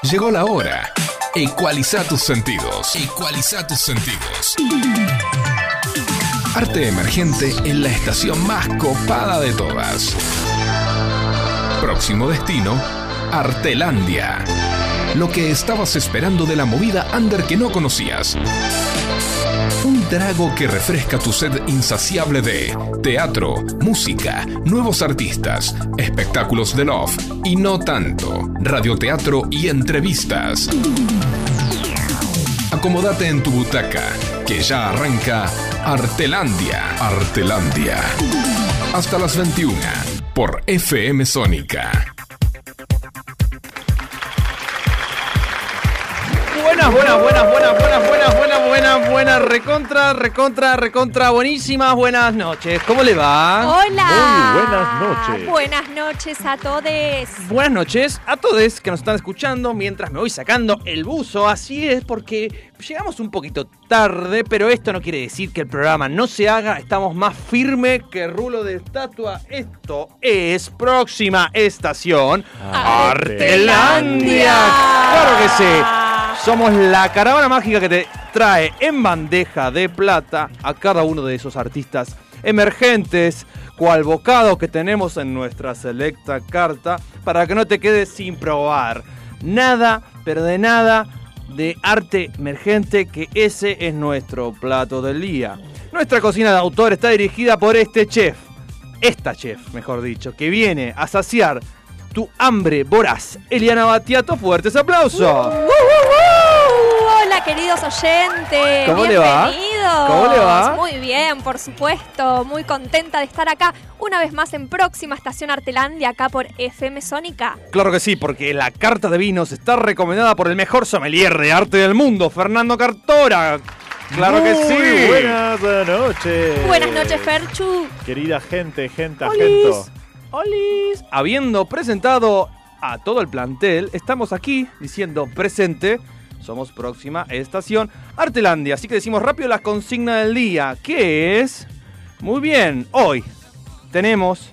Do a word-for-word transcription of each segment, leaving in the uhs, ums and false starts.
Llegó la hora. Ecualiza tus sentidos. Ecualiza tus sentidos. Arte emergente en la estación más copada de todas. Próximo destino, Artelandia. Lo que estabas esperando de la movida under que no conocías. Un trago que refresca tu sed insaciable de teatro, música, nuevos artistas, espectáculos de love y no tanto, radioteatro y entrevistas. Acomódate en tu butaca, que ya arranca Artelandia. Artelandia. Hasta las veintiuna, por F M Sónica. Buenas, buenas, buenas, buenas, buenas, buenas, buenas, buenas, buenas, recontra, recontra, recontra, buenísimas, buenas noches. ¿Cómo le va? Hola. Muy buenas noches. Buenas noches a todos. Buenas noches a todos que nos están escuchando mientras me voy sacando el buzo. Así es, porque llegamos un poquito tarde, pero esto no quiere decir que el programa no se haga. Estamos más firme que rulo de estatua. Esto es Próxima Estación Artelandia. ¡Claro que sí! Somos la caravana mágica que te trae en bandeja de plata a cada uno de esos artistas emergentes, cual bocado que tenemos en nuestra selecta carta, para que no te quedes sin probar nada, pero de nada, de arte emergente, que ese es nuestro plato del día. Nuestra cocina de autor está dirigida por este chef, esta chef, mejor dicho, que viene a saciar tu hambre voraz. Eliana Battiato, fuertes aplausos. Uh, uh, uh, uh. Hola, queridos oyentes. ¿Cómo le va? Bienvenidos. ¿Cómo le va? Muy bien, por supuesto. Muy contenta de estar acá una vez más en Próxima Estación Artelandia, acá por F M Sónica. Claro que sí, porque la carta de vinos está recomendada por el mejor sommelier de arte del mundo, Fernando Cartora. Claro Muy que sí. Buenas noches. Buenas noches, Ferchu. Querida gente, gente, Olis. agento. Olis. Habiendo presentado a todo el plantel, estamos aquí diciendo presente. Somos Próxima Estación Artelandia. Así que decimos rápido la consigna del día, que es... Muy bien, hoy tenemos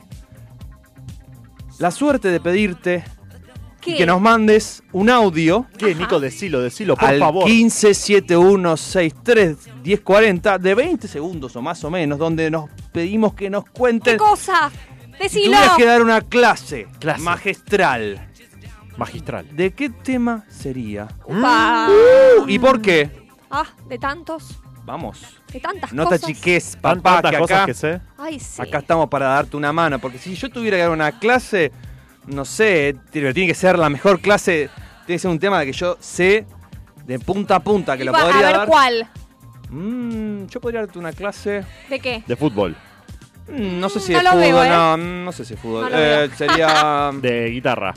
la suerte de pedirte ¿Qué? que nos mandes un audio. ¿Qué, Nico? Decilo, decilo, por al favor. quince setenta y uno sesenta y tres diez cuarenta de veinte segundos o más o menos, donde nos pedimos que nos ¿Qué cuenten. cosa? Decilo. Tuvieras que dar una clase, Clase. magistral. Magistral. ¿De qué tema sería? Upa. Uh, ¿Y por qué? Ah, de tantos, Vamos. de tantas No te cosas. achiques, Tan- papá, tantas que cosas acá, que sé. Ay, sí. acá estamos para darte una mano. Porque si yo tuviera que dar una clase, no sé, tiene tiene que ser la mejor clase. Tiene que ser un tema de que yo sé de punta a punta, que lo Iba podría a ver dar. cuál. Mm, yo podría darte una clase. ¿De qué? De fútbol. Mm, no sé si No de lo fútbol, veo, ¿eh? no, no sé si de fútbol. No lo Eh, veo. sería. De guitarra.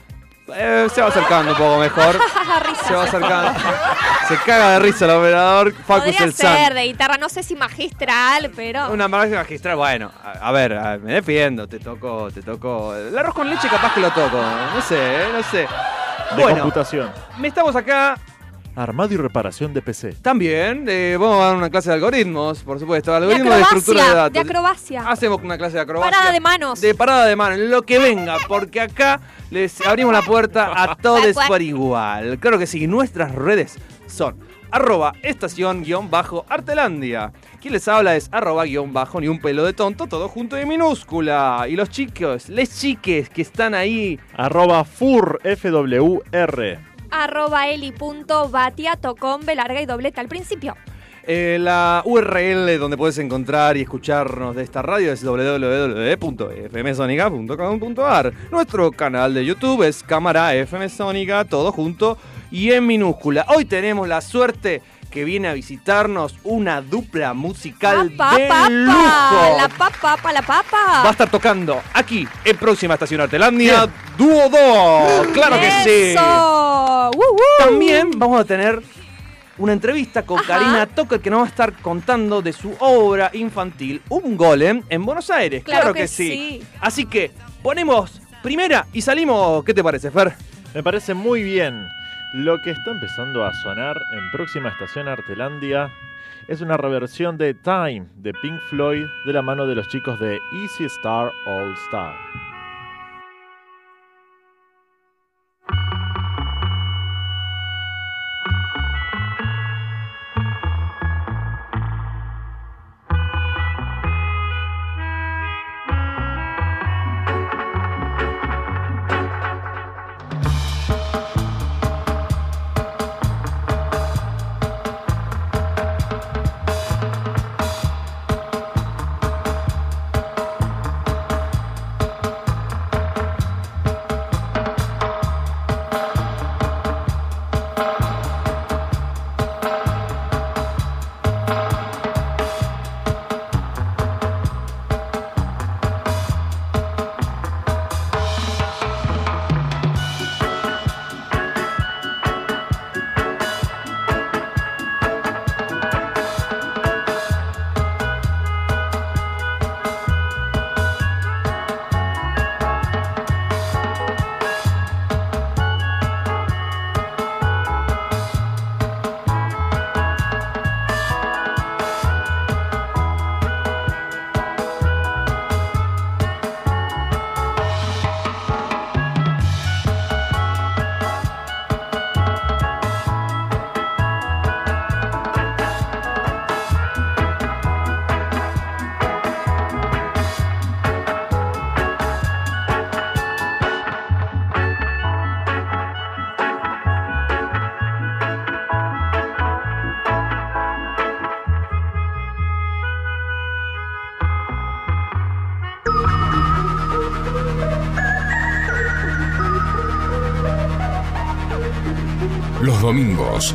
eh, se va acercando un poco mejor. Risa. Se va acercando. Se caga de risa el operador Facus Podría el ser San. de guitarra, no sé si magistral, pero... Una marca magistral, bueno, a, a ver, a- me defiendo, te toco, te toco. El arroz con leche capaz que lo toco, no sé, eh, no sé. De Bueno, computación. me estamos acá Armado y reparación de P C. también, eh, vamos a dar una clase de algoritmos, por supuesto, De algoritmos de, estructura de acrobacia, datos. de acrobacia. Hacemos una clase de acrobacia. Parada de manos. De parada de manos, lo que venga, porque acá les abrimos la puerta a todos por igual. Claro que sí, nuestras redes son arroba estación guión bajo Artelandia. Quien les habla es arroba guión bajo ni un pelo de tonto, todo junto y minúscula. Y los chicos, les chiques que están ahí. Arroba fur, F W R. Arroba eli.batiato con B larga y doblete al principio. Eh, la U R L donde puedes encontrar y escucharnos de esta radio es doble u doble u doble u punto f m sonica punto com punto a r. Nuestro canal de YouTube es Cámara F M Sónica, todo junto y en minúscula. Hoy tenemos la suerte que viene a visitarnos una dupla musical Papa, de papa, lujo. la papa, la papa. Va a estar tocando aquí en Próxima Estación Artelandia Dúo dos. Claro que sí. Eso. Uh, uh. También vamos a tener una entrevista con Ajá. Karina Tucker, que nos va a estar contando de su obra infantil Un Golem en Buenos Aires. Claro, Claro que, que sí. sí. Así que ponemos primera y salimos. ¿Qué te parece, Fer? Me parece muy bien. Lo que está empezando a sonar en Próxima Estación Artelandia es una reversión de Time de Pink Floyd de la mano de los chicos de Easy Star All Star. Los domingos.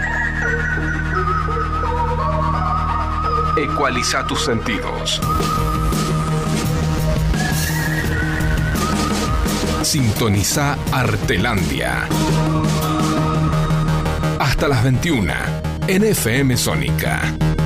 Ecualiza tus sentidos. Sintoniza Artelandia. Hasta las veintiuna en F M Sónica.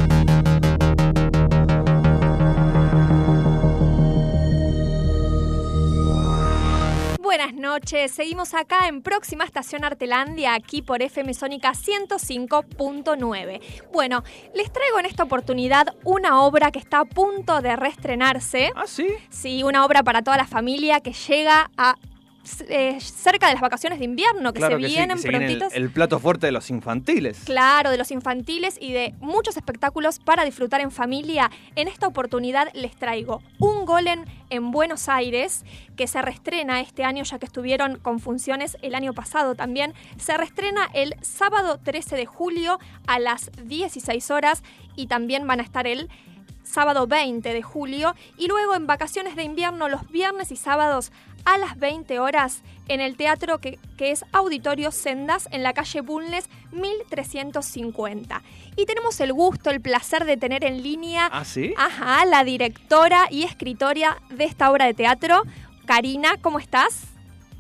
Buenas noches, seguimos acá en Próxima Estación Artelandia, aquí por F M Sónica ciento cinco punto nueve. Bueno, les traigo en esta oportunidad una obra que está a punto de reestrenarse. ¿Ah, sí? Sí, una obra para toda la familia que llega a eh, cerca de las vacaciones de invierno, que Claro se que sí, vienen que se viene prontitos. el, el plato fuerte de los infantiles. Claro, de los infantiles y de muchos espectáculos para disfrutar en familia. En esta oportunidad les traigo Un Golem en Buenos Aires, que se reestrena este año, ya que estuvieron con funciones el año pasado también. Se reestrena el sábado trece de julio a las dieciséis horas y también van a estar el sábado veinte de julio y luego en vacaciones de invierno los viernes y sábados a las veinte horas en el teatro que, que es Auditorio Sendas en la calle Bulnes mil trescientos cincuenta. Y tenemos el gusto, el placer de tener en línea ¿Ah, sí? ajá, la directora y escritora de esta obra de teatro, Karina. ¿Cómo estás?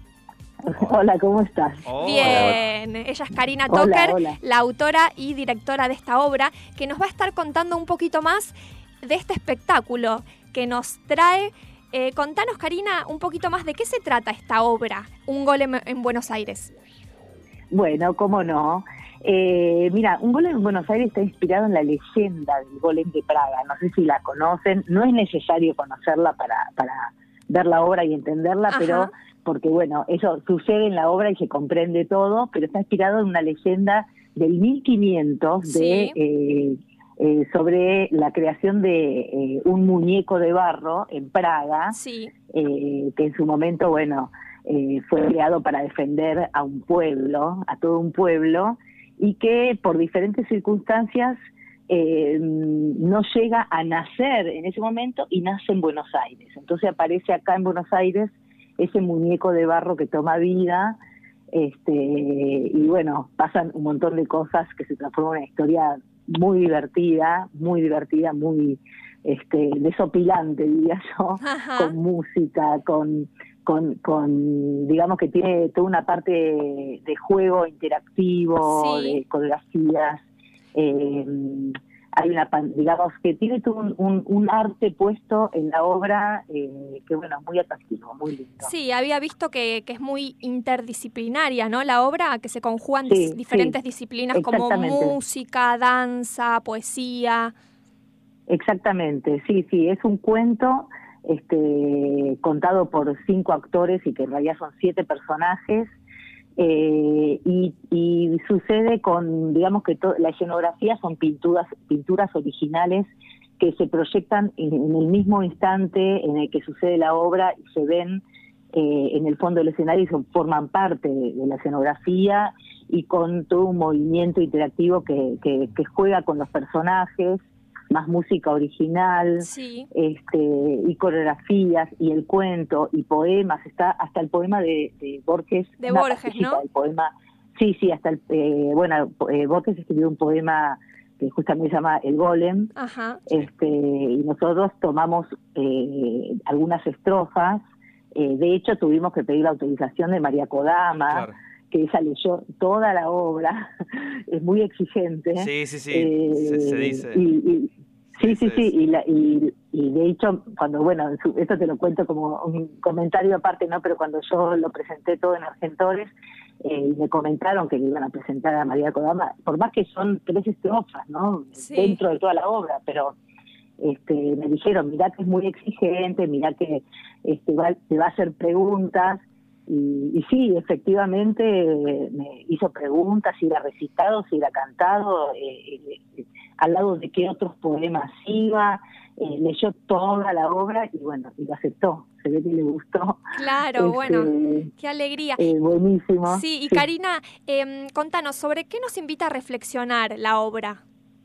Hola, ¿cómo estás? Hola. Bien, ella es Karina Hola, Toker, hola. la autora y directora de esta obra, que nos va a estar contando un poquito más de este espectáculo que nos trae. Eh, contanos, Karina, un poquito más de qué se trata esta obra, Un Golem en Buenos Aires. Bueno, cómo no. Eh, mira, Un Golem en Buenos Aires está inspirado en la leyenda del Golem de Praga. No sé si la conocen, no es necesario conocerla para, para ver la obra y entenderla, Ajá. pero porque bueno, eso sucede en la obra y se comprende todo, pero está inspirado en una leyenda del mil quinientos de... Sí. Eh, Eh, sobre la creación de eh, un muñeco de barro en Praga, Sí, eh, que en su momento, bueno, eh, fue creado para defender a un pueblo, a todo un pueblo, y que por diferentes circunstancias eh, no llega a nacer en ese momento y nace en Buenos Aires. Entonces aparece acá en Buenos Aires ese muñeco de barro que toma vida, este, y bueno, pasan un montón de cosas que se transforman en una historia muy divertida, muy divertida, muy este, desopilante, diría yo, Ajá. con música, con, con, con, digamos que tiene toda una parte de, de juego interactivo, Sí. de coreografías, eh, hay una, pan- digamos que tiene todo un, un, un arte puesto en la obra eh, que bueno, muy atractivo, muy lindo. Sí, había visto que, que es muy interdisciplinaria, ¿no? La obra, que se conjugan Sí, dis- diferentes sí, disciplinas como exactamente. música, danza, poesía. Exactamente, sí, sí, es un cuento este, contado por cinco actores y que en realidad son siete personajes, eh, y, y sucede con, digamos que to- la escenografía son pinturas, pinturas originales que se proyectan en, en el mismo instante en el que sucede la obra y se ven eh, en el fondo del escenario y son- forman parte de, de la escenografía y con todo un movimiento interactivo que, que, que juega con los personajes, más música original, Sí. este, y coreografías, y el cuento, y poemas, está hasta el poema de, de Borges. De una Borges, partecita ¿no? del poema, sí, sí, hasta el, eh, bueno, eh, Borges escribió un poema que justamente se llama El Golem, Ajá. este, y nosotros tomamos eh, algunas estrofas, eh, de hecho tuvimos que pedir la autorización de María Kodama, Claro. que ella leyó toda la obra, es muy exigente. Sí, sí, sí, Eh, se, se dice. Y, y- sí, sí, se sí, dice. y, la- y, y de hecho, cuando, bueno, su- esto te lo cuento como un comentario aparte, ¿no? Pero cuando yo lo presenté todo en Argentores, eh, y me comentaron que le iban a presentar a María Kodama, por más que son tres estrofas, ¿no? Sí. Dentro de toda la obra, pero este, me dijeron, mirá que es muy exigente, mirá que este, va, te va a hacer preguntas. Y, y sí, efectivamente eh, me hizo preguntas, si era recitado, si era cantado, eh, eh, al lado de qué otros poemas iba, eh, leyó toda la obra y bueno, y lo aceptó, se ve que le gustó. Claro, Este, bueno, qué alegría. eh, buenísimo. Sí, y Karina, eh, contanos, ¿sobre qué nos invita a reflexionar la obra?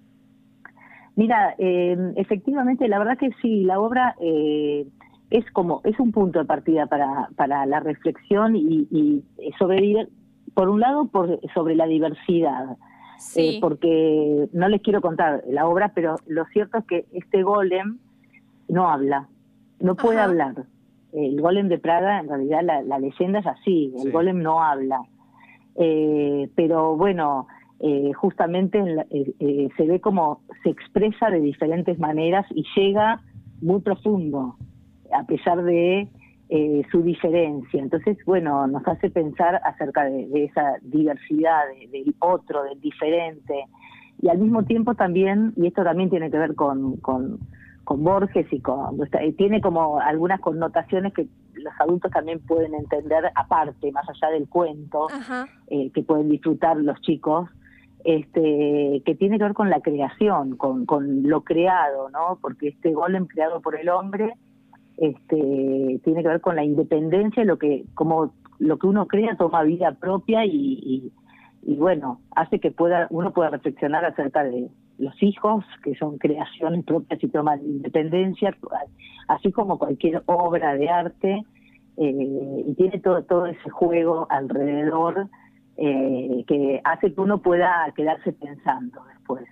Mira, eh, efectivamente, la verdad que sí, la obra eh, es como es un punto de partida para, para la reflexión y, y sobre por un lado, por sobre la diversidad. Sí. Eh, porque no les quiero contar la obra, pero lo cierto es que este golem no habla, no puede Ajá. hablar. El golem de Praga, en realidad la, la leyenda es así, el Sí. golem no habla. Eh, pero bueno, eh, justamente en la, eh, eh, se ve como se expresa de diferentes maneras y llega muy profundo, a pesar de eh, su diferencia. Entonces, bueno, nos hace pensar acerca de, de esa diversidad, de, del otro, del diferente, y al mismo tiempo también, y esto también tiene que ver con, con, con Borges y con, tiene como algunas connotaciones que los adultos también pueden entender aparte, más allá del cuento, Ajá. eh, que pueden disfrutar los chicos, este, que tiene que ver con la creación, con, con lo creado, ¿no? Porque este golem creado por el hombre este, tiene que ver con la independencia, lo que, como lo que uno crea toma vida propia y, y, y bueno, hace que pueda uno pueda reflexionar acerca de los hijos, que son creaciones propias y toman independencia, así como cualquier obra de arte, eh, y tiene todo, todo ese juego alrededor eh, que hace que uno pueda quedarse pensando después.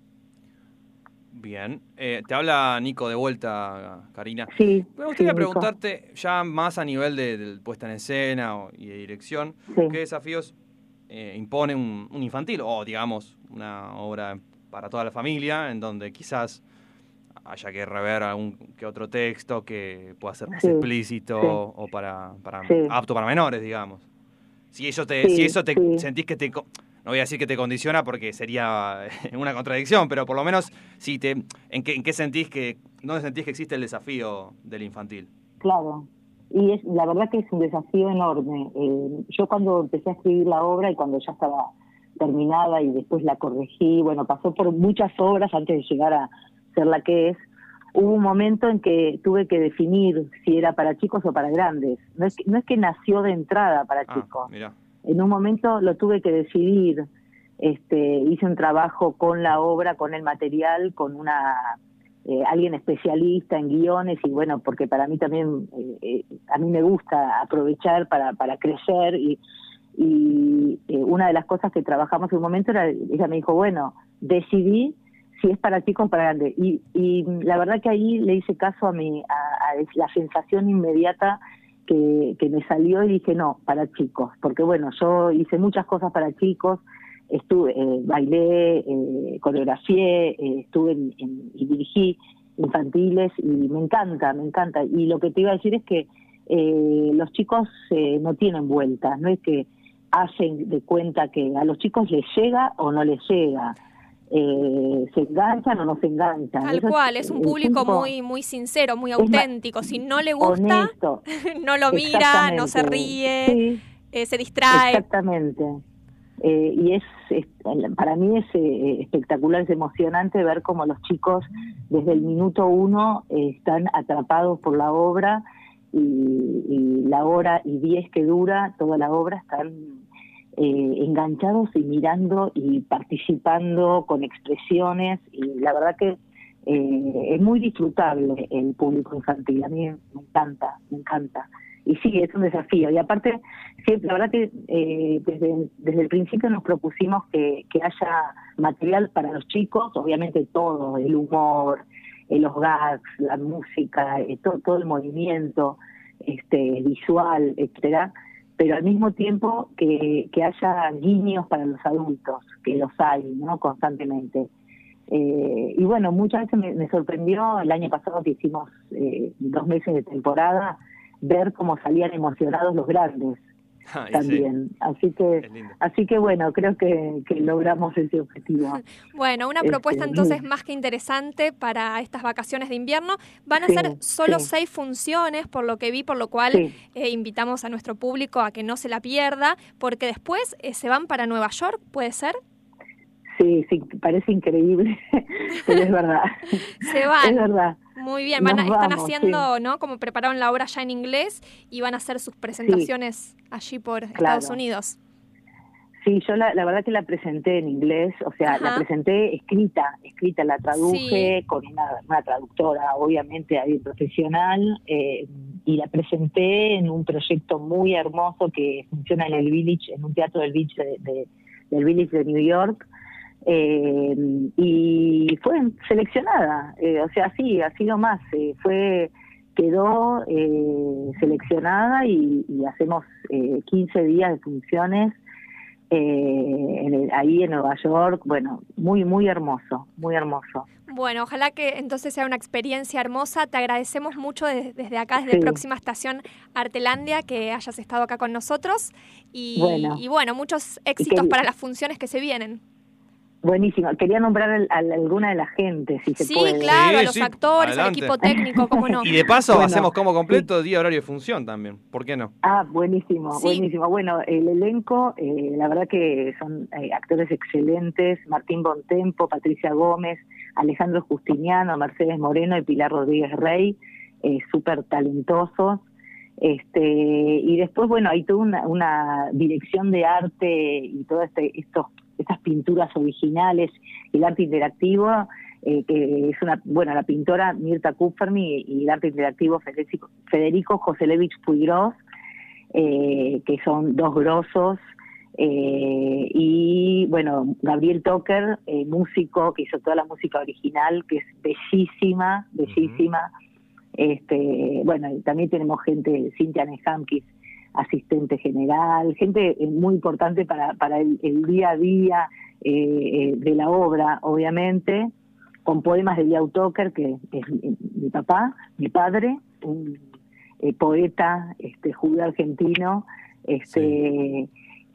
Bien. Eh, te habla Nico de vuelta, Karina. Sí. Me gustaría sí, preguntarte, ya más a nivel de, de puesta en escena o, y de dirección, Sí. ¿qué desafíos eh, impone un, un infantil o, digamos, una obra para toda la familia, en donde quizás haya que rever algún que otro texto que pueda ser más Sí, explícito sí. o para, para Sí. apto para menores, digamos? Si eso te, Sí, si eso te sí. sentís que te, co- no voy a decir que te condiciona porque sería una contradicción, pero por lo menos si te, en qué, en qué sentís que, ¿dónde sentís que existe el desafío del infantil? Claro, y es la verdad que es un desafío enorme. Eh, yo cuando empecé a escribir la obra y cuando ya estaba terminada y después la corregí, bueno, pasó por muchas obras antes de llegar a ser la que es, hubo un momento en que tuve que definir si era para chicos o para grandes. No es que, no es que nació de entrada para Ah, chicos. mirá. En un momento lo tuve que decidir. Este, hice un trabajo con la obra, con el material, con una eh, alguien especialista en guiones y bueno, porque para mí también, eh, eh, a mí me gusta aprovechar para, para crecer y, y eh, una de las cosas que trabajamos en un momento era, ella me dijo, bueno, decidí si es para chicos o para grandes. Y, y la verdad que ahí le hice caso a, mi, a, a la sensación inmediata que, que me salió y dije, no, para chicos. Porque bueno, yo hice muchas cosas para chicos, estuve, eh, bailé, eh, coreografié, eh, estuve en, en, y dirigí infantiles y me encanta, me encanta. Y lo que te iba a decir es que eh, los chicos eh, no tienen vueltas, no es que hacen de cuenta que a los chicos les llega o no les llega. Eh, se enganchan o no se enganchan. Tal Eso cual, es un público punto, muy muy sincero, muy es ma- auténtico. Si no le gusta, honesto. no lo mira, no se Exactamente. ríe, Sí, eh, se distrae. exactamente. Eh, y es, es para mí es eh, espectacular, es emocionante ver cómo los chicos desde el minuto uno eh, están atrapados por la obra y, y la hora y diez que dura toda la obra están eh, enganchados y mirando y participando con expresiones y la verdad que eh, es muy disfrutable el público infantil, a mí me encanta, me encanta. Y sí, es un desafío. Y aparte, sí, la verdad que eh, desde, desde el principio nos propusimos que, que haya material para los chicos, obviamente todo, el humor, eh, los gags, la música, eh, todo, todo el movimiento este, visual, etcétera, pero al mismo tiempo que, que haya guiños para los adultos, que los hay, ¿no? Constantemente. Eh, y bueno, muchas veces me, me sorprendió el año pasado que hicimos eh, dos meses de temporada, ver cómo salían emocionados los grandes Ay, también. sí. Así que, Es lindo. así que bueno, creo que, que logramos ese objetivo. Bueno, una Este, propuesta entonces más que interesante para estas vacaciones de invierno. Van a Sí, ser solo sí. seis funciones, por lo que vi, por lo cual Sí. eh, invitamos a nuestro público a que no se la pierda, porque después eh, se van para Nueva York, ¿puede ser? Sí, sí, parece increíble, pero es verdad. Se van. Es verdad. Muy bien, van a- Nos están vamos, haciendo, ¿no? Como prepararon la obra ya en inglés y van a hacer sus presentaciones allí por Estados Claro. Unidos. Sí, yo la, la verdad que la presenté en inglés, o sea, Ajá. la presenté escrita, escrita, la traduje Sí. con una, una traductora, obviamente, ahí profesional, eh, y la presenté en un proyecto muy hermoso que funciona en el Village, en un teatro del Village de, de, del Village de New York, eh, y fue seleccionada, eh, o sea, sí, así nomás, eh, fue, quedó eh, seleccionada y, y hacemos eh, quince días de funciones eh, en el, ahí en Nueva York, bueno, muy, muy hermoso, muy hermoso. Bueno, ojalá que entonces sea una experiencia hermosa. Te agradecemos mucho de, desde acá, desde Sí. Próxima Estación Artelandia, que hayas estado acá con nosotros. Y Bueno. y bueno, muchos éxitos que- para las funciones que se vienen. Buenísimo. Quería nombrar al- a, alguna de la gente, si se Sí, puede. claro, Sí, a los sí, actores, adelante. al equipo técnico, cómo no. Y de paso Bueno, hacemos como completo día horario de función también. ¿Por qué no? Ah, buenísimo, Sí. buenísimo. Bueno, el elenco, eh, la verdad que son eh, actores excelentes: Martín Bontempo, Patricia Gómez, Alejandro Justiniano, Mercedes Moreno y Pilar Rodríguez Rey, eh, súper talentosos. Este, y después, bueno, hay toda una, una dirección de arte y todas este, estos, estas pinturas originales, el arte interactivo, eh, que es una, bueno, la pintora Mirta Kupfermi y el arte interactivo Federico, Federico Joselevich Puigros, eh, que son dos grosos, eh, y bueno, Gabriel Toker, eh, músico, que hizo toda la música original, que es bellísima, bellísima. Este, bueno, y también tenemos gente, Cintia Neham, que es asistente general, gente eh, muy importante para, para el, el día a día eh, eh, de la obra, obviamente, con poemas de Liao Toker, que es mi, mi papá, mi padre, un eh, poeta este, judío argentino, este,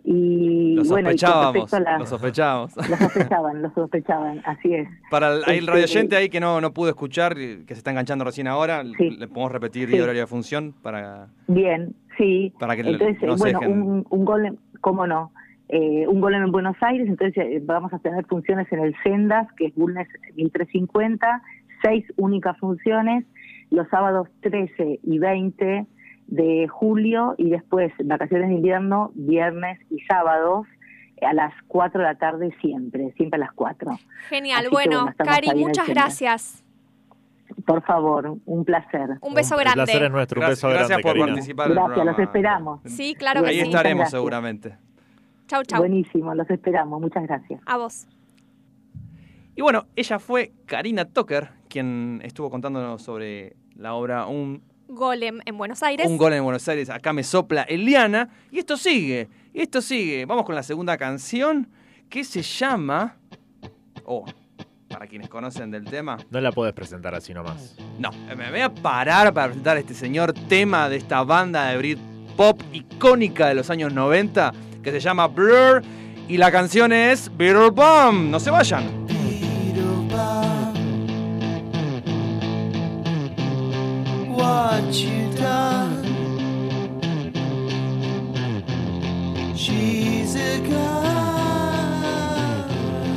y Lo bueno, y con sospechábamos, respecto a la- lo sospechábamos. lo sospechaban, lo sospechaban, así es. Para el, ahí el Este, radio oyente ahí que no, no pudo escuchar, que se está enganchando recién ahora, Sí. le podemos repetir Sí. día horario de función para... Bien, sí. Para que entonces, no eh, se bueno, dejen- un, un golem, ¿cómo no? Eh, un golem en Buenos Aires, entonces eh, vamos a tener funciones en el Sendas, que es Bulnes mil trescientos cincuenta, seis únicas funciones, los sábados trece y veinte de julio, y después vacaciones de invierno, viernes y sábados, eh, a las cuatro de la tarde siempre, siempre a las cuatro. Genial, Así que, bueno, bueno, estamos Cari, ahí en el muchas Sendas. gracias. Por favor, un placer. Un beso El grande. placer es nuestro. Un Gracias, beso gracias grande, por Karina. participar del Gracias, programa. los esperamos. Sí, claro que Ahí sí. Muchas estaremos gracias. seguramente. Chau, chau. Buenísimo, los esperamos, muchas gracias. A vos. Y bueno, ella fue Karina Toker, quien estuvo contándonos sobre la obra Un, Golem en Buenos Aires. Un gol en Buenos Aires, acá me sopla Eliana. Y esto sigue, y esto sigue. Vamos con la segunda canción, que se llama... Oh, para quienes conocen del tema... No la podés presentar así nomás. No, me voy a parar para presentar este señor tema de esta banda de Britpop icónica de los años noventa, que se llama Blur, y la canción es Beetlebum. No se vayan. What you done? She's a gun.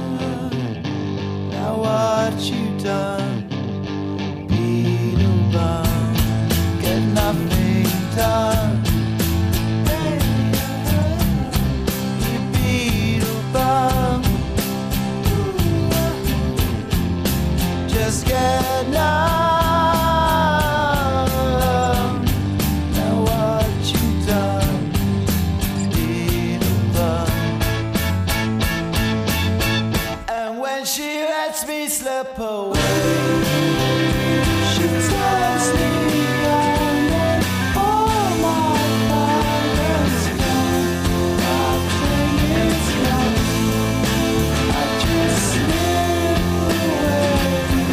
Now what you done? Beetlebum, get nothing done. You Beetlebum, just get nothing. Slip away. She tells me that all my problems gone. Nothing is right. I just slip away.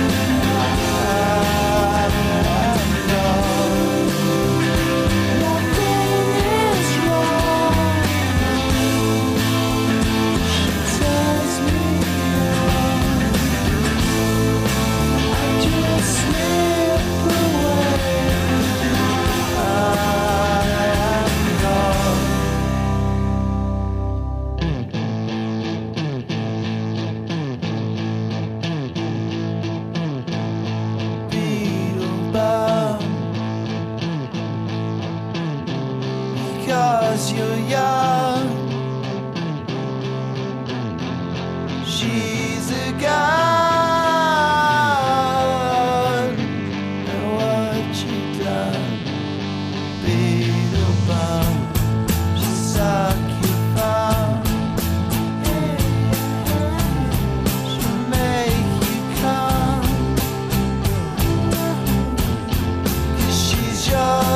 I'm gone. Nothing is wrong. She tells me. Because you're young, she's a gun. And what you done,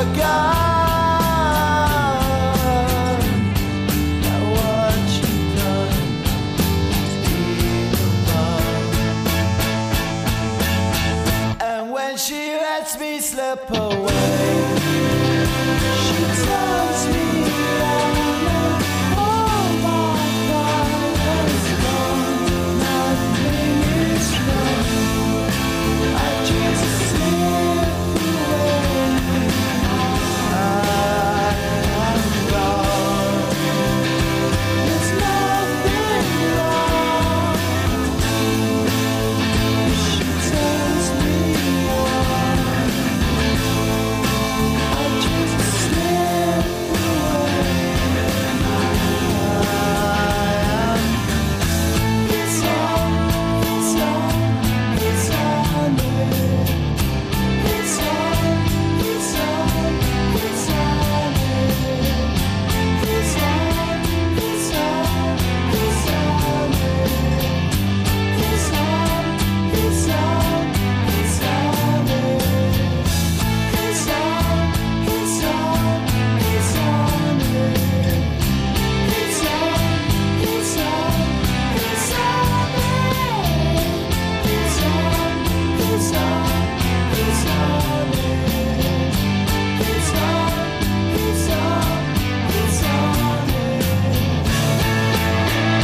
Now what you done is and when she lets me slip away, she tells me that all my fire is gone, nothing is wrong. I just slip away, I am gone. There's nothing wrong. She tells me I just slip away. It's on, it's on, it's on it. It's on, it's on, it's on it. It's on, it's on, it's on it. It's on, it's on, it's on it. It's on, it's on, it's on it. It's on, it's on, it's on it. It's on, it's on, it's on it. It's on, it's on, it's on it.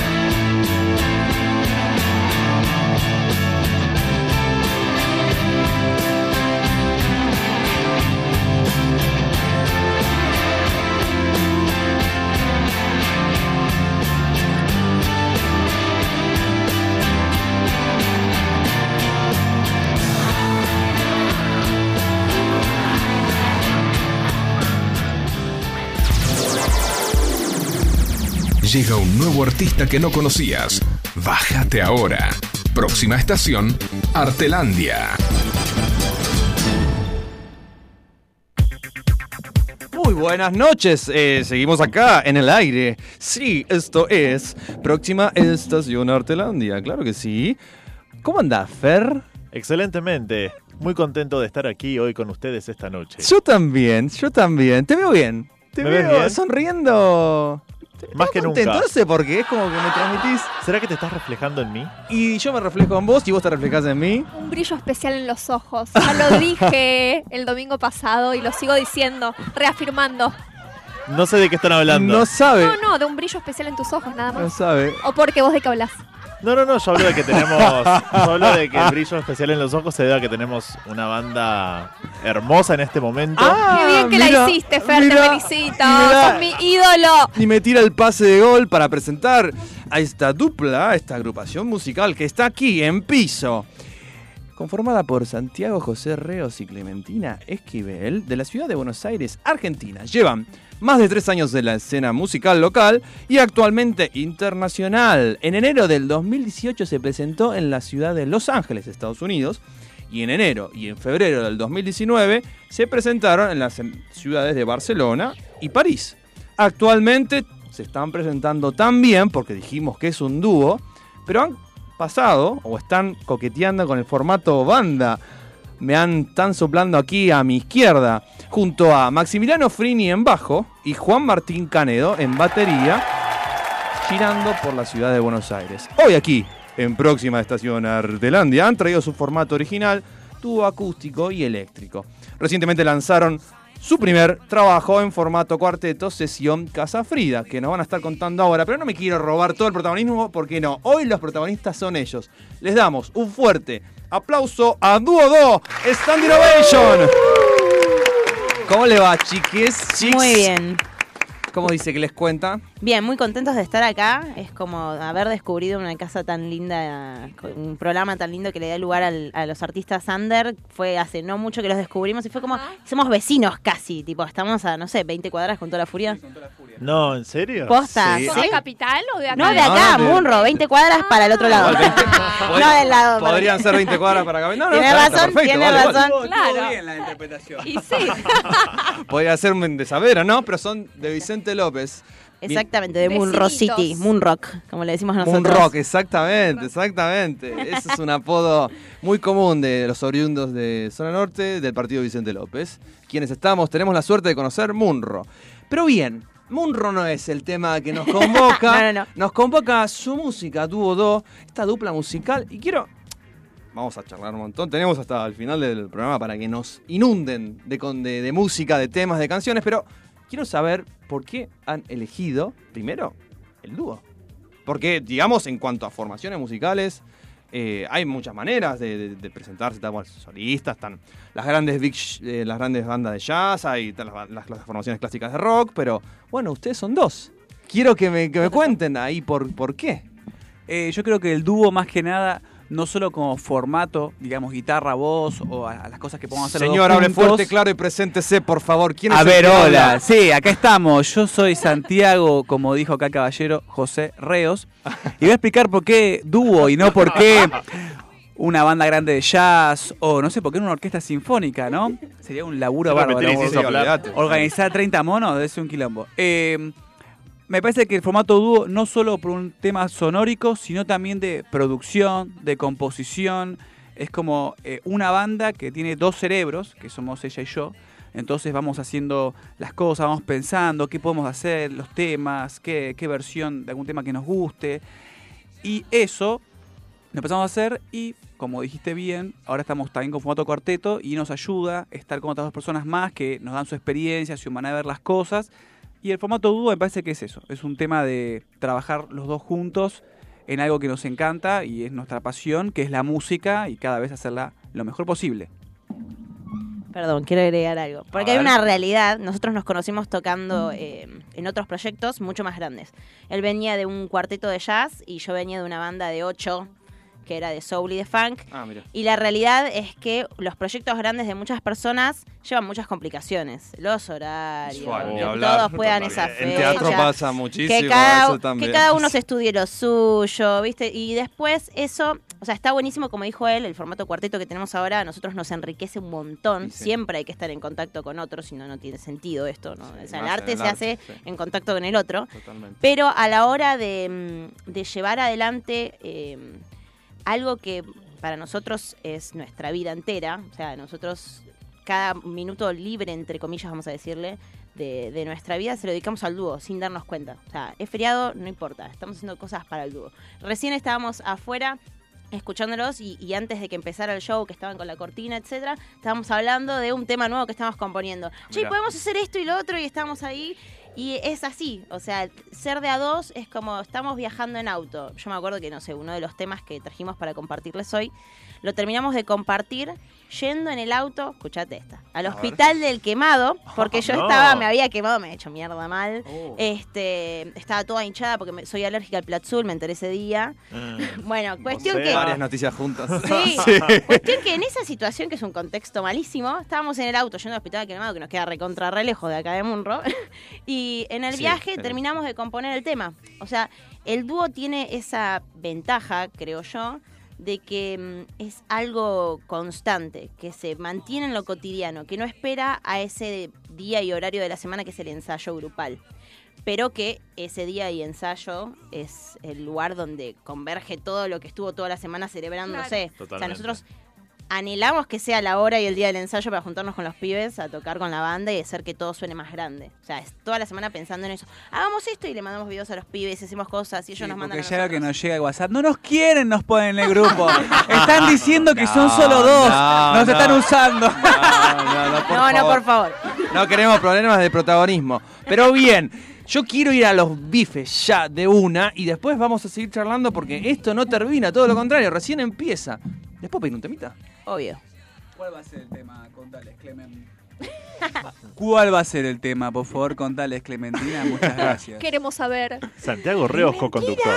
Llega un nuevo artista que no conocías. Bájate ahora. Próxima estación, Artelandia. Muy buenas noches, eh, seguimos acá en el aire. Sí, esto es Próxima Estación Artelandia, claro que sí. ¿Cómo andás, Fer? Excelentemente. Muy contento de estar aquí hoy con ustedes esta noche. Yo también, yo también. Te veo bien. Te ¿Me veo ves bien? sonriendo. Te Más veo que contento, nunca. No sé por qué, es como que me transmitís. ¿Será que te estás reflejando en mí? Y yo me reflejo en vos y vos te reflejás en mí. Un brillo especial en los ojos. Ya lo dije el domingo pasado y lo sigo diciendo, reafirmando. No sé de qué están hablando. No sabe. No, no, de un brillo especial en tus ojos, nada No más. sabe. ¿O porque vos de qué hablas? No, no, no, yo hablo de que tenemos. Yo hablo de que el brillo especial en los ojos se debe a que tenemos una banda hermosa en este momento. Ah, Qué bien que mira, la hiciste, Fer, mira, te felicito. mira. Sos mi ídolo. Y me tira el pase de gol para presentar a esta dupla, a esta agrupación musical que está aquí en piso. Conformada por Santiago José Reos y Clementina Esquivel, de la ciudad de Buenos Aires, Argentina. Llevan más de tres años de la escena musical local y actualmente internacional. En enero del dos mil dieciocho se presentó en la ciudad de Los Ángeles, Estados Unidos. Y en enero y en febrero del dos mil diecinueve se presentaron en las ciudades de Barcelona y París. Actualmente se están presentando también, porque dijimos que es un dúo, pero han pasado o están coqueteando con el formato banda. Me han están soplando aquí a mi izquierda, junto a Maximiliano Frini en bajo y Juan Martín Canedo en batería, girando por la ciudad de Buenos Aires. Hoy aquí, en Próxima Estación Artelandia, han traído su formato original, dúo acústico y eléctrico. Recientemente lanzaron su primer trabajo en formato cuarteto, sesión Casa Frida, que nos van a estar contando ahora, pero no me quiero robar todo el protagonismo, porque no, hoy los protagonistas son ellos. Les damos un fuerte aplauso a Dúo Do, Standing Ovation. ¿Cómo le va, chiques? Chics? Muy bien. ¿Cómo dice que les cuenta? Bien, muy contentos de estar acá. Es como haber descubrido una casa tan linda, un programa tan lindo que le da lugar al, a los artistas under. Fue hace no mucho que los descubrimos y fue como, somos vecinos casi. Tipo, estamos a, no sé, veinte cuadras con toda la furia. No, ¿en serio? Posta, Sí. ¿sí? ¿Sos de Capital o de acá? No, de acá, No, de- Munro, veinte cuadras para el otro lado. Ah. No del lado. para- Podrían ser veinte cuadras para acá. No, no, Tiene está- está razón, perfecto, tiene vale, razón. vale. Claro. bien la interpretación. Y sí. Podría ser un de Savera, ¿no? Pero son de Vicente López. Exactamente, de Moonrock Vecinitos. City, Moonrock, como le decimos nosotros. Moonrock, exactamente, exactamente. Ese es un apodo muy común de los oriundos de Zona Norte del partido Vicente López. Quienes estamos, tenemos la suerte de conocer Munro. Pero bien, Munro no es el tema que nos convoca. No, no, no. Nos convoca su música, Dúo Do, esta dupla musical. Y quiero... Vamos a charlar un montón. Tenemos hasta el final del programa para que nos inunden de, con- de, de música, de temas, de canciones. Pero quiero saber por qué han elegido, primero, el dúo. Porque, digamos, en cuanto a formaciones musicales, eh, hay muchas maneras de, de- de presentarse. Están solistas, están las grandes, big sh- eh, las grandes bandas de jazz, hay están las, las- las formaciones clásicas de rock. Pero, bueno, ustedes son dos. Quiero que me, que me cuenten ahí por, por qué. Eh, yo creo que el dúo, más que nada, no solo como formato, digamos, guitarra, voz o a, a las cosas que podemos hacer los Señor, dos hable juntos. fuerte, claro y preséntese, por favor. ¿Quién es A el ver, que hola. habla? Sí, acá estamos. Yo soy Santiago, como dijo acá el caballero, José Reos. Y voy a explicar por qué dúo y no por qué una banda grande de jazz o no sé, por qué una orquesta sinfónica, ¿no? Sería un laburo Se bárbaro. repetir y Sí, sin soplar. olvídate. Organizar treinta monos debe ser un quilombo. Eh, me parece que el formato dúo, no solo por un tema sonórico, sino también de producción, de composición. Es como eh, una banda que tiene dos cerebros, que somos ella y yo. Entonces vamos haciendo las cosas, vamos pensando qué podemos hacer, los temas, qué, qué versión de algún tema que nos guste. Y eso lo empezamos a hacer y, como dijiste bien, ahora estamos también con formato cuarteto y nos ayuda a estar con otras dos personas más que nos dan su experiencia, su manera de ver las cosas. Y el formato dúo me parece que es eso, es un tema de trabajar los dos juntos en algo que nos encanta y es nuestra pasión, que es la música, y cada vez hacerla lo mejor posible. Perdón, quiero agregar algo. Porque A hay ver. una realidad. Nosotros nos conocimos tocando eh, en otros proyectos mucho más grandes. Él venía de un cuarteto de jazz y yo venía de una banda de ocho que era de soul y de funk. Ah, mira. Y la realidad es que los proyectos grandes de muchas personas llevan muchas complicaciones. Los horarios, Bueno, ni que hablar. todos puedan esa En fecha. teatro pasa muchísimo, que cada, eso también. que cada uno se estudie lo suyo, ¿viste? Y después eso, o sea, está buenísimo, como dijo él, el formato cuarteto que tenemos ahora, a nosotros nos enriquece un montón. Sí, sí. Siempre hay que estar en contacto con otros, si no, no tiene sentido esto, ¿no? Sí, O sea, el más arte en se el hace arte, sí. en contacto con el otro. Totalmente. Pero a la hora de, mm, de llevar adelante eh, algo que para nosotros es nuestra vida entera, o sea, nosotros cada minuto libre, entre comillas, vamos a decirle, de, de nuestra vida se lo dedicamos al dúo sin darnos cuenta. O sea, es feriado, no importa, estamos haciendo cosas para el dúo. Recién estábamos afuera escuchándolos y, y antes de que empezara el show, que estaban con la cortina, etcétera, estábamos hablando de un tema nuevo que estábamos componiendo. Che, Mirá. podemos hacer esto y lo otro, y estábamos ahí. Y es así, o sea, ser de a dos es como estamos viajando en auto. Yo me acuerdo que, no sé, uno de los temas que trajimos para compartirles hoy, lo terminamos de compartir yendo en el auto, escuchate esta, al ver. hospital del quemado, porque yo no. estaba, me había quemado, me he hecho mierda mal. Oh. Este, estaba toda hinchada porque me- soy alérgica al Platzul, me enteré ese día. Bueno, cuestión sea, que... Varias noticias juntas. Sí. Cuestión que en esa situación, que es un contexto malísimo, estábamos en el auto yendo al hospital de quemado, que nos queda recontra re lejos de acá de Munro, y en el Sí, viaje sí. terminamos de componer el tema. O sea, el dúo tiene esa ventaja, creo yo, de que mm, es algo constante, que se mantiene en lo cotidiano, que no espera a ese día y horario de la semana que es el ensayo grupal. Pero que ese día y ensayo es el lugar donde converge todo lo que estuvo toda la semana celebrándose. O sea, Totalmente. nosotros anhelamos que sea la hora y el día del ensayo para juntarnos con los pibes a tocar con la banda y hacer que todo suene más grande. O sea, es toda la semana pensando en eso. Hagamos esto y le mandamos videos a los pibes, hacemos cosas y ellos Sí, nos mandan porque a llega nosotros. que nos llega el WhatsApp. No nos quieren, nos ponen en el grupo. Están diciendo que son solo dos. no, nos no. están usando. No, no, no, por No, no, favor. por favor. No queremos problemas de protagonismo. Pero bien, yo quiero ir a los bifes ya de una y después vamos a seguir charlando porque esto no termina, todo lo contrario, recién empieza. Después pedir un temita. Obvio. ¿Cuál va a ser el tema? Contales, Clemen. ¿Cuál va a ser el tema? Por favor, contales, Clementina. Muchas gracias. Queremos saber. Santiago Reos, co-conductor.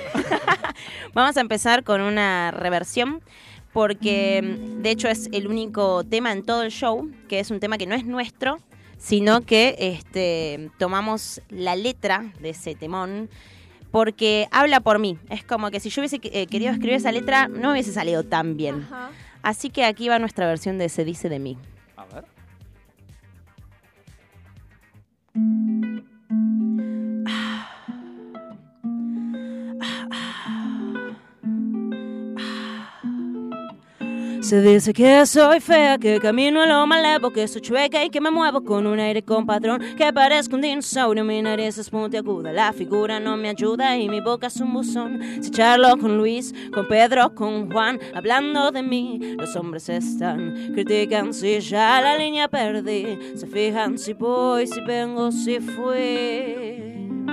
Vamos a empezar con una reversión porque mm, de hecho es el único tema en todo el show, que es un tema que no es nuestro, sino que este, tomamos la letra de ese temón porque habla por mí. Es como que si yo hubiese eh, querido escribir esa letra, no me hubiese salido tan bien. Ajá. Así que aquí va nuestra versión de Se dice de mí. A ver. Ah, Se dice que soy fea, que camino a lo malevo, que soy chueca y que me muevo con un aire compadrón, que parezco un dinosaurio, mi nariz es puntiaguda, la figura no me ayuda y mi boca es un buzón. Si charlo con Luis, con Pedro, con Juan, hablando de mí, los hombres están, critican si ya la línea perdí, se fijan si voy, si vengo, si fui.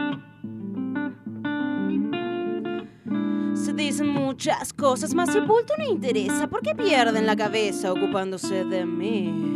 Se dicen muchas cosas, mas el bulto no interesa. ¿Por qué pierden la cabeza ocupándose de mí?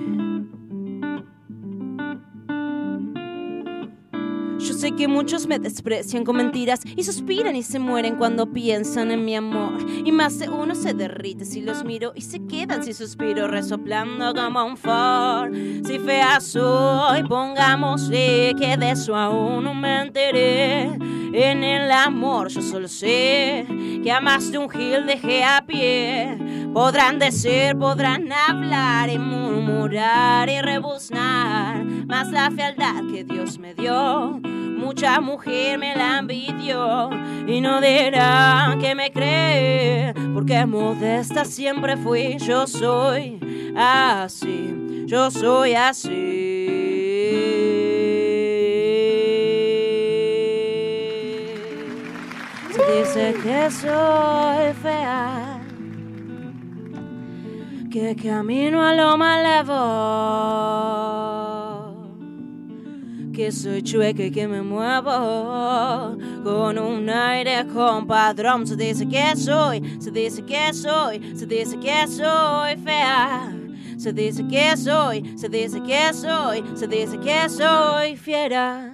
Yo sé que muchos me desprecian con mentiras y suspiran y se mueren cuando piensan en mi amor. Y más de uno se derrite si los miro y se quedan si suspiro resoplando como un Ford. Si fea soy, pongámosle que de eso aún no me enteré. En el amor yo solo sé que a más de un gil dejé a pie. Podrán decir, podrán hablar y murmurar y rebuznar, mas la fealdad que Dios me dio, mucha mujer me la envidió. Y no dirán que me cree, porque modesta siempre fui. Yo soy así, yo soy así. Se dice que soy fea, que camino a lo malevo, que soy chueca y que me muevo con un aire compadrón. Se dice que soy, se dice que soy, se dice que soy fea. Se dice que soy, se dice que soy, se dice que soy fiera.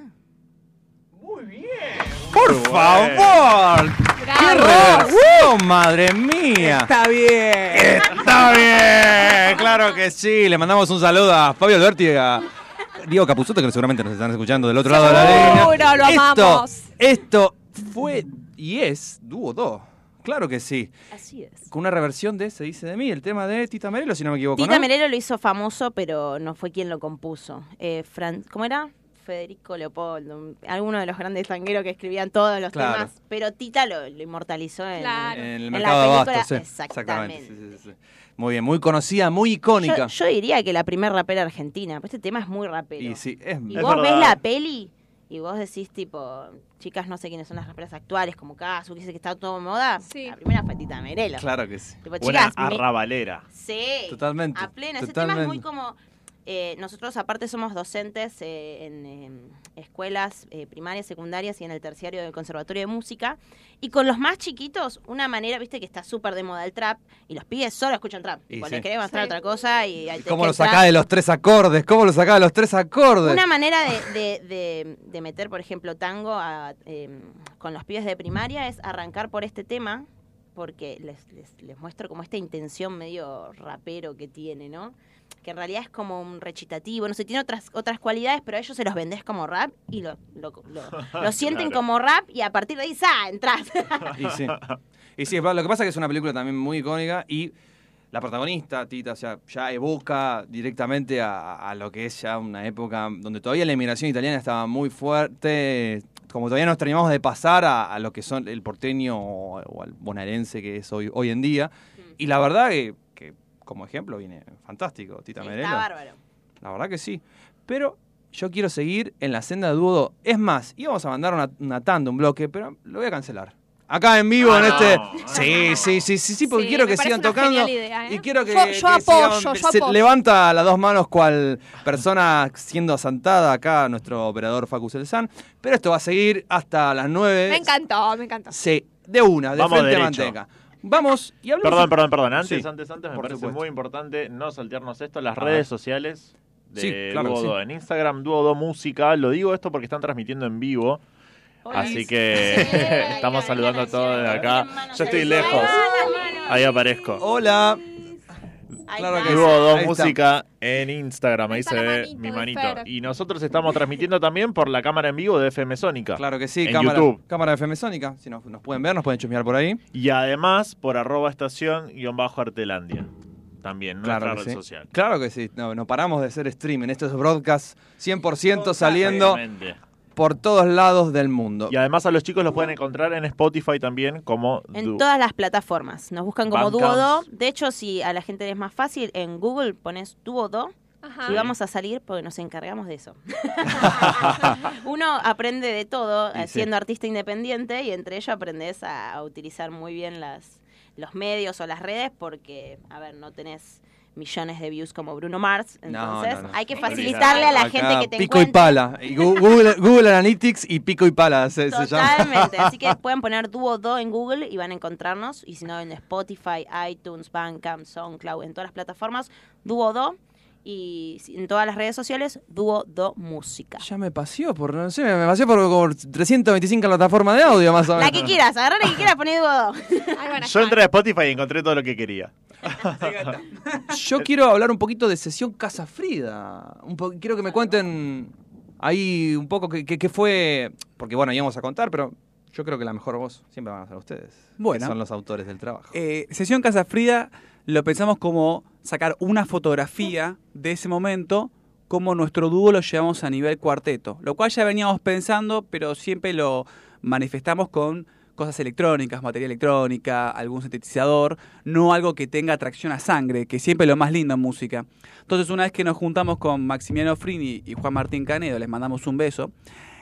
¡Por Muy favor! ¡Qué Bravo. reversión, madre mía! Está bien. ¡Está bien! ¡Claro que sí! Le mandamos un saludo a Fabio Alberti y a Diego Capuzotto, que seguramente nos están escuchando del otro lado de la línea. Seguro, lo Esto, amamos. esto fue y es Dúo dos. Claro que sí. Así es. Con una reversión de Se dice de mí, el tema de Tita Merelo, si no me equivoco, Tita ¿no? Merelo lo hizo famoso, pero no fue quien lo compuso. Eh, Fran- ¿Cómo era? Federico Leopoldo, alguno de los grandes tangueros que escribían todos los Claro. temas, pero Tita lo, lo inmortalizó en, Claro. En el en mercado la de película. Abastos, sí. Exactamente. Sí, sí, sí. Muy bien, muy conocida, muy icónica. Yo, yo diría que la primera rapera argentina, pero este tema es muy rapero. Y sí, es, Y Es vos verdad. ves la peli y vos decís tipo, chicas, no sé quiénes son las raperas actuales, como Casu, que dice que está todo en moda. Sí. La primera fue Tita Merelo. claro que sí. Tipo, Una chicas, me- arrabalera. Sí, Totalmente, a pleno. Ese tema es muy totalmente. como... eh, nosotros aparte somos docentes eh, en eh, escuelas eh, primarias, secundarias y en el terciario del Conservatorio de Música. Y con los más chiquitos, una manera, viste, que está súper de moda el trap. Y los pibes solo escuchan trap. Y Y sí. les queremos mostrar Sí. otra cosa y... ahí ¿Y te- ¿Cómo que lo el trap- sacás de los tres acordes? ¿Cómo lo sacás de los tres acordes? Una manera de, de, de, de meter, por ejemplo, tango a, eh, con los pibes de primaria es arrancar por este tema, porque les, les, les muestro como esta intención medio rapero que tiene, ¿no? Que en realidad es como un recitativo, no sé, tiene otras otras cualidades, pero a ellos se los vendés como rap y lo, lo, lo, lo sienten Claro. como rap y a partir de ahí, ¡sa! Entrás. Y sí. Y sí, lo que pasa es que es una película también muy icónica y la protagonista, Tita, o sea, ya evoca directamente a, a lo que es ya una época donde todavía la inmigración italiana estaba muy fuerte, como todavía nos terminamos de pasar a, a lo que son el porteño o, o al bonaerense que es hoy, hoy en día. Y la verdad que, que como ejemplo viene fantástico, Tita Merelo. Está bárbaro. La verdad que sí. Pero yo quiero seguir en la senda de Dúo. Es más, íbamos a mandar una, una tanda, un bloque, pero lo voy a cancelar. Acá en vivo, Ah, en no. este... Sí, sí, sí, sí, sí, porque Sí, quiero me que parece sigan una tocando. genial idea, ¿eh? Y quiero que, Yo- yo que apoyo, sigan- yo se apoyo. levanta las dos manos cual persona siendo asantada acá, nuestro operador Facu Celsan. Pero esto va a seguir hasta las nueve. Me encantó, me encantó. Sí, de una, de Vamos frente a derecho. manteca. Vamos y hablamos... Perdón, perdón, perdón. Antes, Sí, antes, antes, me por parece supuesto. muy importante no saltearnos esto. Las A redes ver. sociales de Sí, claro que Duodo. sí. En Instagram, Duodo Música. Lo digo esto porque están transmitiendo en vivo. Hola. Así que Sí, estamos ahí, saludando a ahí, todos ahí, de ahí, acá. manos Yo estoy al lejos. cielo. Ahí aparezco. Hola. Ahí Claro está. que sí. Duodo Ahí está. Música en Instagram. Ahí Ahí está se la ve manito mi de manito. Fer. Y nosotros estamos transmitiendo también por la cámara en vivo de F M Sónica. Claro que sí, En cámara, YouTube. cámara de F M Sónica. Si nos, nos pueden ver, nos pueden chusmear por ahí. Y además por arroba estación guión bajo Artelandia. También, nuestra Claro red que sí. social. Claro que sí. No, no paramos de hacer streaming. Esto es broadcast cien por ciento saliendo Obviamente. por todos lados del mundo. Y además a los chicos los pueden encontrar en Spotify también como En Du- todas las plataformas. Nos buscan como Bandcamp. Duodo. De hecho, si a la gente le es más fácil, en Google pones Duodo Ajá. y vamos a salir porque nos encargamos de eso. Uno aprende de todo Y eh, sí. siendo artista independiente y entre ello aprendes a, a utilizar muy bien las, los medios o las redes porque, a ver, no tenés millones de views como Bruno Mars, entonces no, no. hay que Olvidate. facilitarle a la Acá, gente que te pico y encuentre. pala. Y Gu- Google, Google Analytics y pico y pala se, se llama. Totalmente, así que pueden poner Duodo en Google y van a encontrarnos, y si no en Spotify, iTunes, Bandcamp, SoundCloud, en todas las plataformas, Duodo, y en todas las redes sociales, Duodo Música. Ya me paseó por, no sé, me paseó por, por trescientas veinticinco plataformas de audio más o menos. La que quieras, agarra la que quieras, poné Duodo. Ahí van a Yo estar. entré a Spotify y encontré todo lo que quería. Yo quiero hablar un poquito de Sesión Casa Frida. Un po- quiero que me cuenten ahí un poco qué, qué- qué fue, porque bueno, íbamos a contar, pero yo creo que la mejor voz siempre van a ser ustedes. Bueno. Que son los autores del trabajo. Eh, Sesión Casa Frida lo pensamos como sacar una fotografía de ese momento, como nuestro dúo lo llevamos a nivel cuarteto, lo cual ya veníamos pensando, pero siempre lo manifestamos con cosas electrónicas, materia electrónica, algún sintetizador, no algo que tenga atracción a sangre, que siempre es lo más lindo en música. Entonces, una vez que nos juntamos con Maximiliano Frini y Juan Martín Canedo, les mandamos un beso,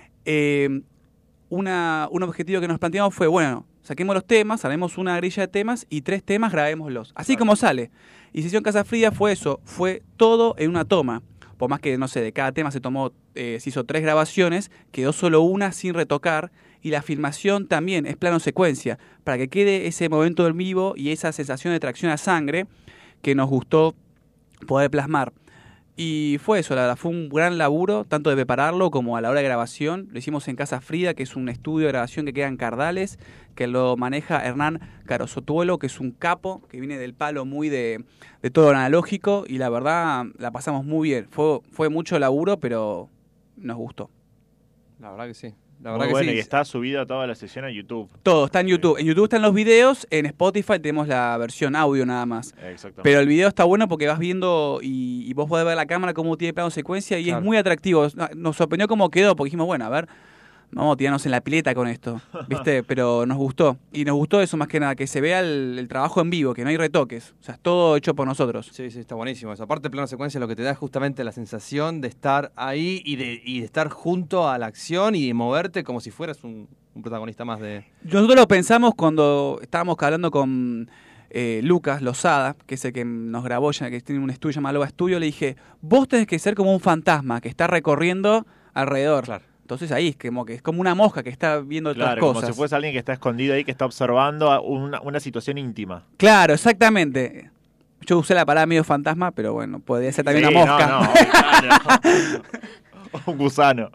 eh, una, un objetivo que nos planteamos fue, bueno, saquemos los temas, haremos una grilla de temas y tres temas grabémoslos, así Claro. como sale. Y Sesión Casa Frida fue eso, fue todo en una toma. Por más que, no sé, de cada tema se tomó, eh, se hizo tres grabaciones, quedó solo una sin retocar, y la filmación también es plano secuencia, para que quede ese momento del vivo y esa sensación de tracción a sangre que nos gustó poder plasmar. Y fue eso, la verdad, fue un gran laburo, tanto de prepararlo como a la hora de grabación. Lo hicimos en Casa Frida, que es un estudio de grabación que queda en Cardales, que lo maneja Hernán Carosotuelo, que es un capo, que viene del palo muy de, de todo lo analógico, y la verdad la pasamos muy bien. Fue, fue mucho laburo, pero nos gustó. La verdad que sí. La Muy verdad bueno, que sí. y está subida toda la sesión a YouTube. Todo está en YouTube. En YouTube están los videos, en Spotify tenemos la versión audio nada más. Exactamente. Pero el video está bueno porque vas viendo y, y vos podés ver la cámara cómo tiene plano secuencia y Claro. es muy atractivo. Nos sorprendió cómo quedó porque dijimos, bueno, a ver, vamos a tirarnos en la pileta con esto, ¿viste? Pero nos gustó. Y nos gustó eso más que nada, que se vea el, el trabajo en vivo, que no hay retoques. O sea, es todo hecho por nosotros. Sí, sí, está buenísimo. Eso. Aparte, plano secuencia lo que te da es justamente la sensación de estar ahí y de, y de estar junto a la acción y de moverte como si fueras un, un protagonista más de... Nosotros lo pensamos cuando estábamos hablando con eh, Lucas Lozada, que es el que nos grabó, ya que tiene un estudio llamado Loba Studio. Le dije, vos tenés que ser como un fantasma que está recorriendo alrededor. Claro. Entonces ahí es como que es como una mosca que está viendo otras Claro, cosas. como si fuese alguien que está escondido ahí, que está observando a una, una situación íntima. Claro, exactamente. Yo usé la palabra medio fantasma, pero bueno, podría ser también Sí, una mosca. No, no, claro. Un gusano.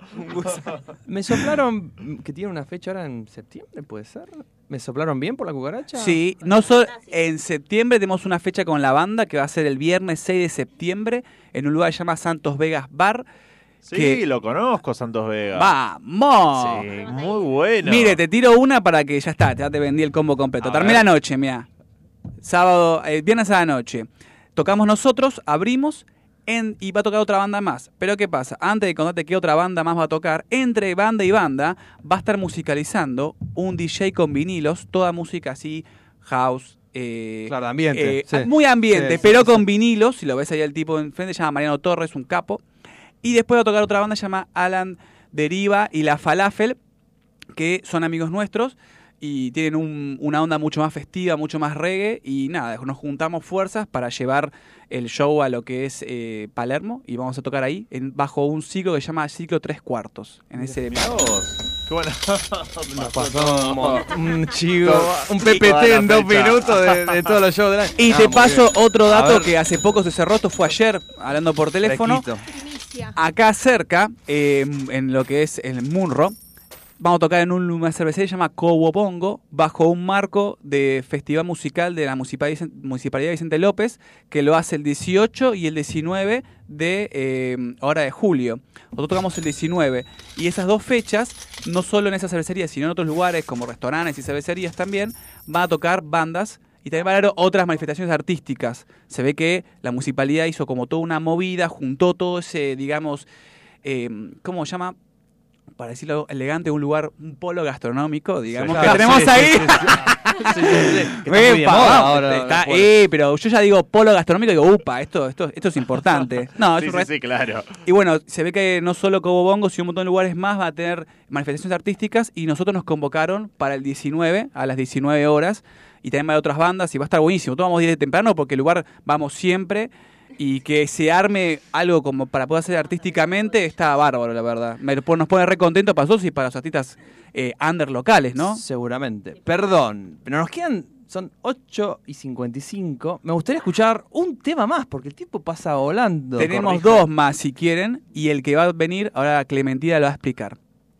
Me soplaron que tiene una fecha ahora en septiembre, ¿puede ser? ¿Me soplaron bien por la cucaracha? Sí, no solo en septiembre tenemos una fecha con la banda que va a ser el viernes seis de septiembre en un lugar que se llama Santos Vegas Bar. Sí, que- lo conozco, Santos Vega. ¡Vamos! Sí, muy bueno. Mire, te tiro una para que ya está, ya te vendí el combo completo. A Terminé ver. la noche, mira. Sábado, eh, viernes a la noche. Tocamos nosotros, abrimos en, y va a tocar otra banda más. Pero ¿qué pasa? Antes de contarte qué otra banda más va a tocar, entre banda y banda va a estar musicalizando un D J con vinilos, toda música así, house. Eh, Claro, de ambiente, eh, sí. Muy ambiente, Sí, sí, pero sí, con sí. vinilos. Si lo ves ahí el tipo enfrente, se llama Mariano Torres, un capo. Y después va a tocar otra banda, se llama Alan Deriva y La Falafel, que son amigos nuestros y tienen un- una onda mucho más festiva, mucho más reggae. Y nada, nos juntamos fuerzas para llevar el show a lo que es eh, Palermo y vamos a tocar ahí en- bajo un ciclo que se llama Ciclo Tres Cuartos. En ese Mirá vos. Qué bueno. Nos pasó un, mon- un chivo, un Toda P P T la en dos fecha. minutos de, de todos los shows del año. Y Ah, te muy paso bien. otro A dato ver. que hace poco se cerró, esto fue ayer, hablando por teléfono. Fresquito. Primicia. Acá cerca, eh, en lo que es el Munro, vamos a tocar en un- una cervecería que se llama Cowobongo, bajo un marco de festival musical de la Municipalidad Municipalidad de Vicente López, que lo hace el dieciocho y el diecinueve de eh, ahora de julio. Nosotros tocamos el diecinueve, y esas dos fechas, no solo en esa cervecería, sino en otros lugares como restaurantes y cervecerías también, van a tocar bandas y también van a haber otras manifestaciones artísticas. Se ve que la municipalidad hizo como toda una movida, juntó todo ese, digamos, eh, ¿cómo se llama? para decirlo elegante, un lugar, un polo gastronómico, digamos, Sí, que sí, tenemos sí, ahí. sí, sí, sí. Sí, sí, sí, que está muy de Epa, moda vamos, ahora, está- bueno. eh, pero yo ya digo polo gastronómico y digo, upa, esto, esto, esto es importante. No, es Sí, un sí, re- sí, claro. Y bueno, se ve que no solo Cobo Bongo, sino un montón de lugares más va a tener manifestaciones artísticas y nosotros nos convocaron para el diecinueve, a las diecinueve horas, y también va a haber otras bandas y va a estar buenísimo. Todos vamos a ir de temprano porque el lugar vamos siempre y que se arme algo como para poder hacer artísticamente está bárbaro, la verdad. Me- Nos pone re contentos para nosotros y para los artistas eh, under locales, ¿no? Seguramente. Perdón, pero nos quedan, son ocho y cincuenta y cinco. Me gustaría escuchar un tema más, porque el tiempo pasa volando. Tenemos corrija. dos más si quieren y el que va a venir, ahora Clementina lo va a explicar.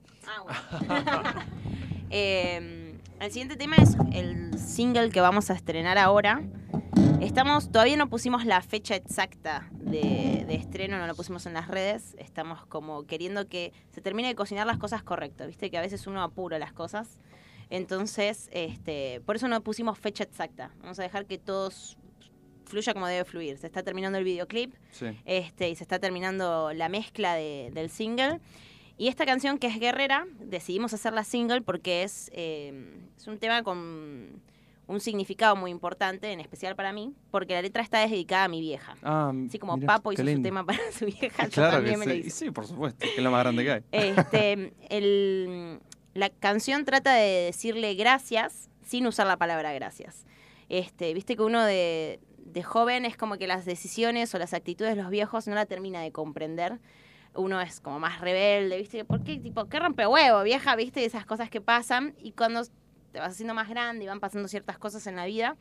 Eh, el siguiente tema es el single que vamos a estrenar ahora. Estamos, todavía no pusimos la fecha exacta de, de estreno, no lo pusimos en las redes. Estamos como queriendo que se termine de cocinar las cosas correcto. Viste que a veces uno apura las cosas. Entonces, este, por eso no pusimos fecha exacta. Vamos a dejar que todo fluya como debe fluir. Se está terminando el videoclip Sí. este, y se está terminando la mezcla de- del single. Y esta canción, que es Guerrera, decidimos hacerla single porque es, eh, es un tema con un significado muy importante, en especial para mí, porque la letra está dedicada a mi vieja. Ah, Así como mirá, Papo qué hizo su lindo. tema para su vieja, yo Claro también que me lo sí. hice. Y sí, por supuesto, que es lo más grande que hay. Este, el, la canción trata de decirle gracias sin usar la palabra gracias. Este, viste que uno de, de joven es como que las decisiones o las actitudes de los viejos no la termina de comprender. Uno es como más rebelde, viste, ¿por qué? Tipo, ¿qué rompehuevo, vieja? Viste, esas cosas que pasan. Y cuando te vas haciendo más grande y van pasando ciertas cosas en la vida,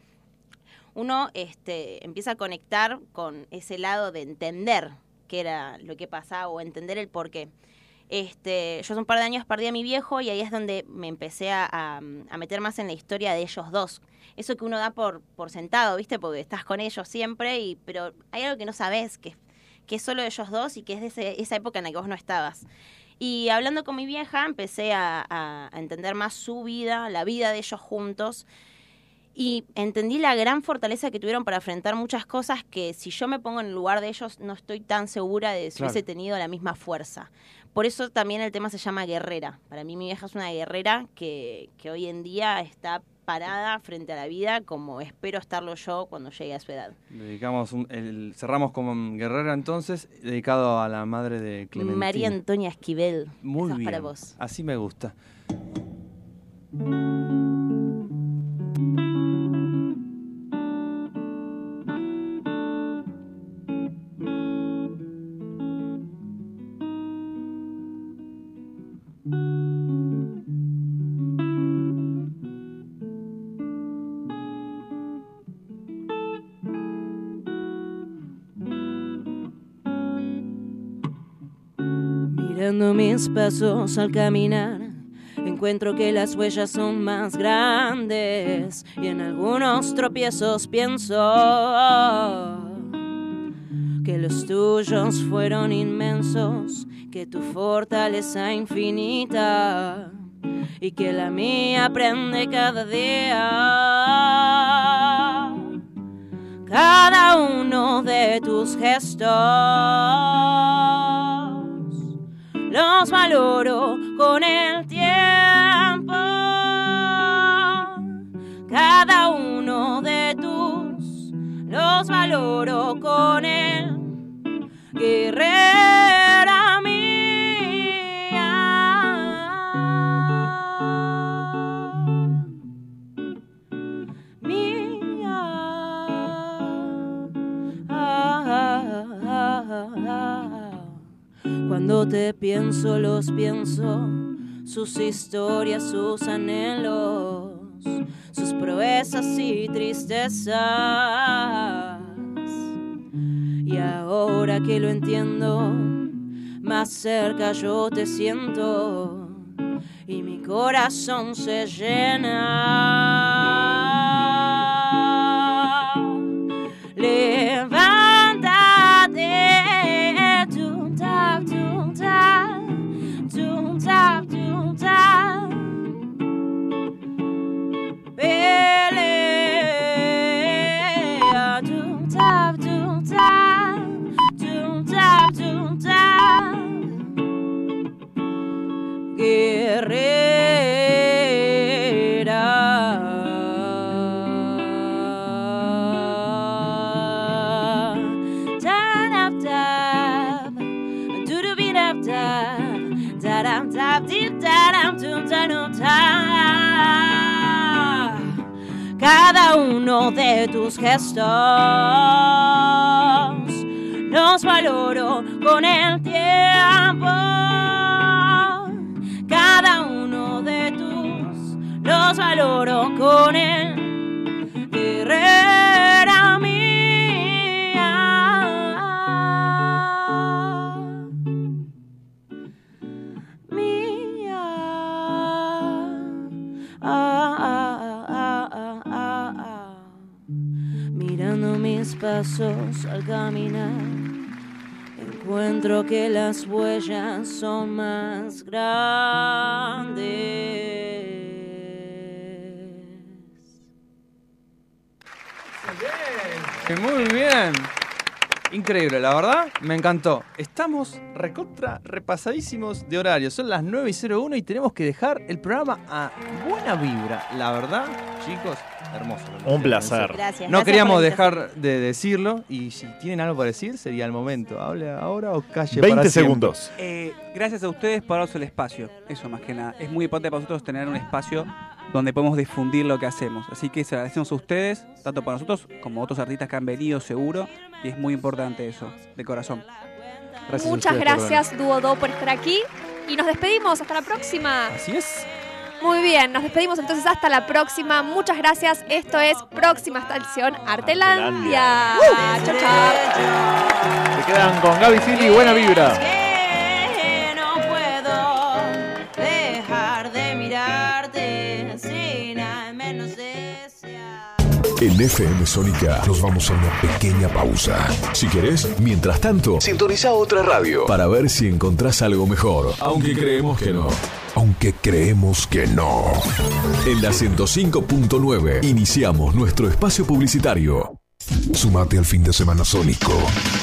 uno este, empieza a conectar con ese lado de entender qué era lo que pasaba o entender el por qué. Este, yo hace un par de años perdí a mi viejo y ahí es donde me empecé a, a, a meter más en la historia de ellos dos. Eso que uno da por, por sentado, ¿viste? Porque estás con ellos siempre, y pero hay algo que no sabes, que, que es solo ellos dos y que es de ese- esa época en la que vos no estabas. Y hablando con mi vieja, empecé a, a- a entender más su vida, la vida de ellos juntos. Y entendí la gran fortaleza que tuvieron para enfrentar muchas cosas que, si yo me pongo en el lugar de ellos, no estoy tan segura de si Claro. hubiese tenido la misma fuerza. Por eso también el tema se llama Guerrera. Para mí mi vieja es una guerrera que, que hoy en día está parada frente a la vida como espero estarlo yo cuando llegue a su edad. Dedicamos un- el, cerramos con Guerrera entonces, dedicado a la madre de Clementina. María Antonia Esquivel. Muy Eso es bien. para vos. Así me gusta. Mirando mis pasos al caminar, encuentro que las huellas son más grandes y en algunos tropiezos pienso que los tuyos fueron inmensos, que tu fortaleza infinita y que la mía aprende cada día. Cada uno de tus gestos los valoro con el tiempo. Cada uno de tus los valoro con el guerrera mía. Mía. Ah, ah, ah, ah. Cuando te pienso, los pienso, sus historias, sus anhelos, sus proezas y tristezas. Y ahora que lo entiendo, más cerca yo te siento y mi corazón se llena. Levántate, tum tap, tum tap, tum tap, tum tap. Pelea, tum tap, tum tap, tum tap, tum tap. Da-dam-dam, doo-doo-be-dam-dam, da-dam-dam, dee-da-dam-dum-da-dum-da. Cada uno de tus gestos los valoro con el tiempo. Cada uno de tus los valoro con el guerrera mía. Mía. Ah, ah, ah, ah, ah, ah. Mirando mis pasos al caminar, encuentro que las huellas son más grandes. Muy bien. Increíble, la verdad, me encantó. Estamos recontra repasadísimos de horario. Son las nueve y cero uno y tenemos que dejar el programa a buena vibra. La verdad, chicos, hermoso. Un placer. Gracias. No gracias queríamos por la dejar de decirlo y si tienen algo para decir sería el momento. Hable ahora o calle para veinte siempre. segundos. Eh, gracias a ustedes por darnos el espacio. Eso más que nada. Es muy importante para nosotros tener un espacio donde podemos difundir lo que hacemos. Así que se lo agradecemos a ustedes, tanto para nosotros como otros artistas que han venido seguro. Y es muy importante eso, de corazón. Gracias a Muchas ustedes por gracias, Dúo Do, por estar aquí. Y nos despedimos. Hasta la próxima. venir. Así es. Muy bien, nos despedimos entonces hasta la próxima. Muchas gracias. Esto es Próxima Estación Artelandia. Chao, chao. Se quedan con Gaby Silly, buena vibra. Que no puedo dejar de mirarte sin al menos desear. En F M Sónica nos vamos a una pequeña pausa. Si querés, mientras tanto, sintoniza otra radio para ver si encontrás algo mejor. Aunque creemos que no. Aunque creemos que no. En la ciento cinco punto nueve iniciamos nuestro espacio publicitario. Sumate al fin de semana sónico.